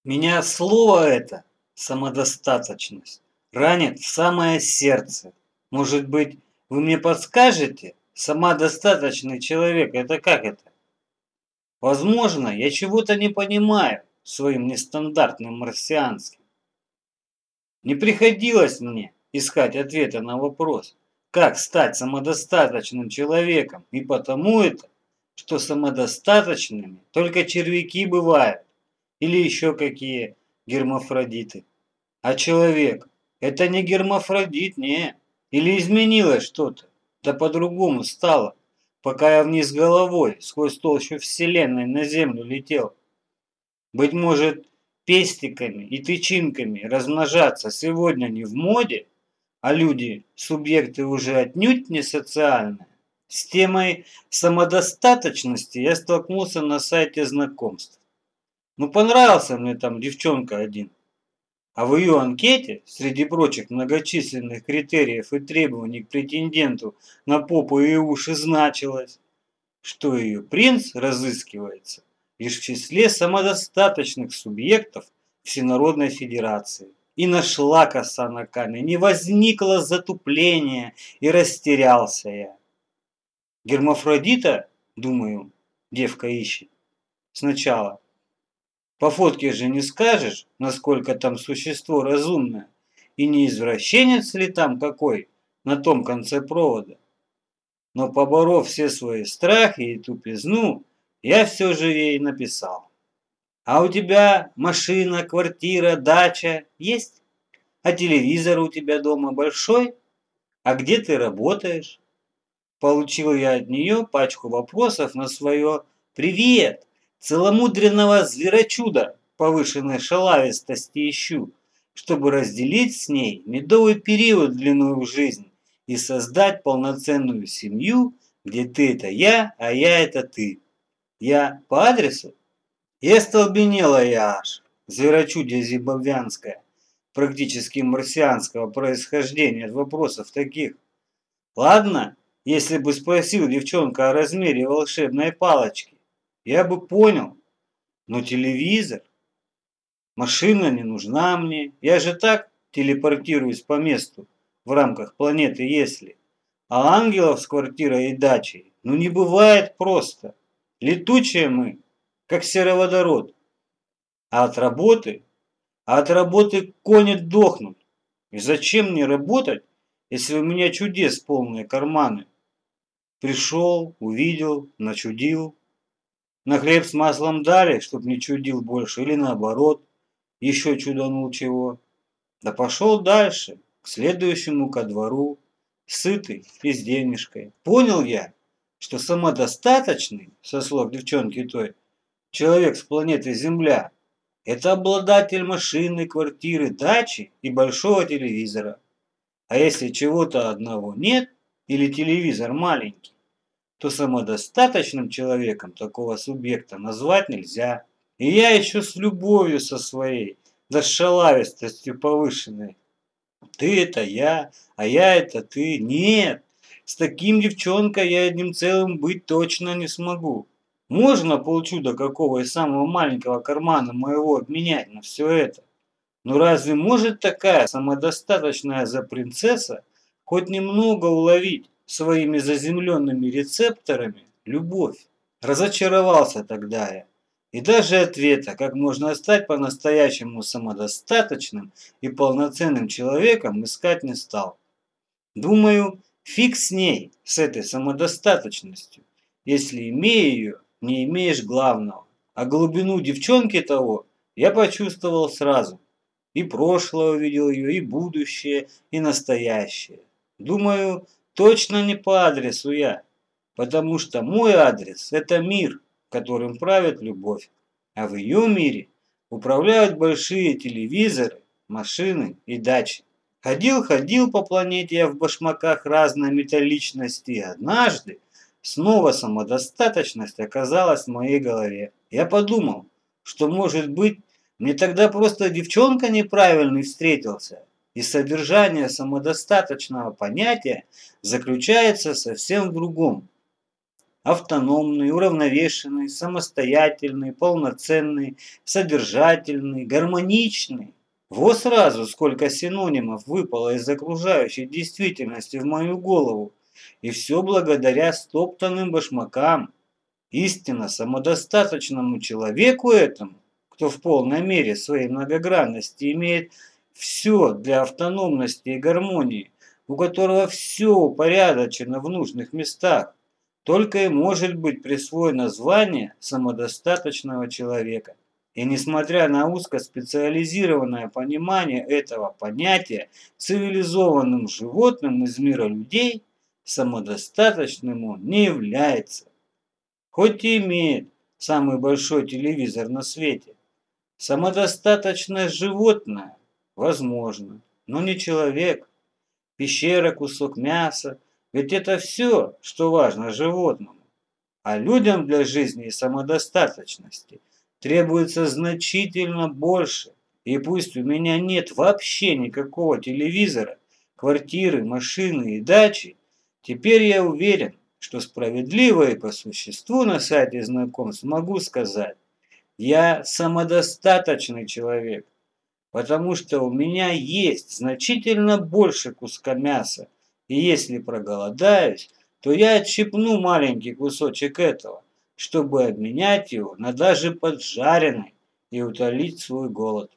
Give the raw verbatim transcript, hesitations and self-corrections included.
Меня слово это, самодостаточность, ранит в самое сердце. Может быть, вы мне подскажете, самодостаточный человек – это как это? Возможно, я чего-то не понимаю своим нестандартным марсианским. Не приходилось мне искать ответа на вопрос, как стать самодостаточным человеком, и потому это, что самодостаточными только червяки бывают, или еще какие гермафродиты. А человек – это не гермафродит, не. Или изменилось что-то, да по-другому стало, пока я вниз головой сквозь толщу вселенной на землю летел. Быть может, пестиками и тычинками размножаться сегодня не в моде, а люди – субъекты уже отнюдь не социальные. С темой самодостаточности я столкнулся на сайте знакомств. Ну, понравился мне там девчонка один. А в ее анкете, среди прочих многочисленных критериев и требований к претенденту на попу и уши, значилось, что ее принц разыскивается лишь в числе самодостаточных субъектов Всенародной Федерации. И нашла коса на камень, не возникло затупления, и растерялся я. Гермафродита, думаю, девка ищет. Сначала. По фотке же не скажешь, насколько там существо разумное, и не извращенец ли там какой на том конце провода. Но поборов все свои страхи и тупизну, я все же ей написал. А у тебя машина, квартира, дача есть? А телевизор у тебя дома большой? А где ты работаешь? Получил я от нее пачку вопросов на свое «Привет! Целомудренного зверочуда повышенной шалавистости ищу, чтобы разделить с ней медовый период длиною в жизнь и создать полноценную семью, где ты – это я, а я – это ты. Я по адресу?» И остолбенела я аж, зверочудие зимбабвянское, практически марсианского происхождения от вопросов таких. Ладно, если бы спросил девчонка о размере волшебной палочки, я бы понял. Но телевизор? Машина не нужна мне. Я же так телепортируюсь по месту в рамках планеты если. А ангелов с квартирой и дачей ну не бывает просто. Летучие мы, как сероводород. А от работы? А от работы кони дохнут. И зачем мне работать, если у меня чудес полные карманы? Пришел, увидел, начудил. На хлеб с маслом дали, чтоб не чудил больше, или наоборот, еще чуданул чего. Да пошел дальше, к следующему ко двору, сытый и с денежкой. Понял я, что самодостаточный, со слов девчонки той, человек с планеты Земля, это обладатель машины, квартиры, дачи и большого телевизора. А если чего-то одного нет, или телевизор маленький, то самодостаточным человеком такого субъекта назвать нельзя. И я еще с любовью со своей, да с шалавистостью повышенной. Ты это я, а я это ты. Нет, с таким девчонкой я одним целым быть точно не смогу. Можно полчуда какого из самого маленького кармана моего обменять на все это. Но разве может такая самодостаточная запринцесса хоть немного уловить своими заземленными рецепторами любовь? Разочаровался тогда я. И даже ответа, как можно стать по-настоящему самодостаточным и полноценным человеком, искать не стал. Думаю, фиг с ней, с этой самодостаточностью, если, имея ее, не имеешь главного. А глубину девчонки того я почувствовал сразу. И прошлое увидел ее, и будущее, и настоящее. Думаю, точно не по адресу я, потому что мой адрес – это мир, которым правит любовь, а в ее мире управляют большие телевизоры, машины и дачи. Ходил-ходил по планете я в башмаках разной металличности, и однажды снова самодостаточность оказалась в моей голове. Я подумал, что, может быть, мне тогда просто девчонка неправильный встретился, и содержание самодостаточного понятия заключается совсем в другом. автономный, уравновешенный, самостоятельный, полноценный, содержательный, гармоничный. Вот сразу сколько синонимов выпало из окружающей действительности в мою голову. И все благодаря стоптанным башмакам. Истинно самодостаточному человеку этому, кто в полной мере своей многогранности имеет все для автономности и гармонии, у которого все упорядочено в нужных местах, только и может быть присвоено звание самодостаточного человека. И несмотря на узкоспециализированное понимание этого понятия цивилизованным животным из мира людей, самодостаточным он не является. Хоть и имеет самый большой телевизор на свете. Самодостаточное животное? Возможно, но не человек. Пещера, кусок мяса. Ведь это все, что важно животному. А людям для жизни и самодостаточности требуется значительно больше. И пусть у меня нет вообще никакого телевизора, квартиры, машины и дачи, теперь я уверен, что справедливо и по существу на сайте знакомств могу сказать: я самодостаточный человек, потому что у меня есть значительно больше куска мяса, и если проголодаюсь, то я отщипну маленький кусочек этого, чтобы обменять его на даже поджаренный и утолить свой голод.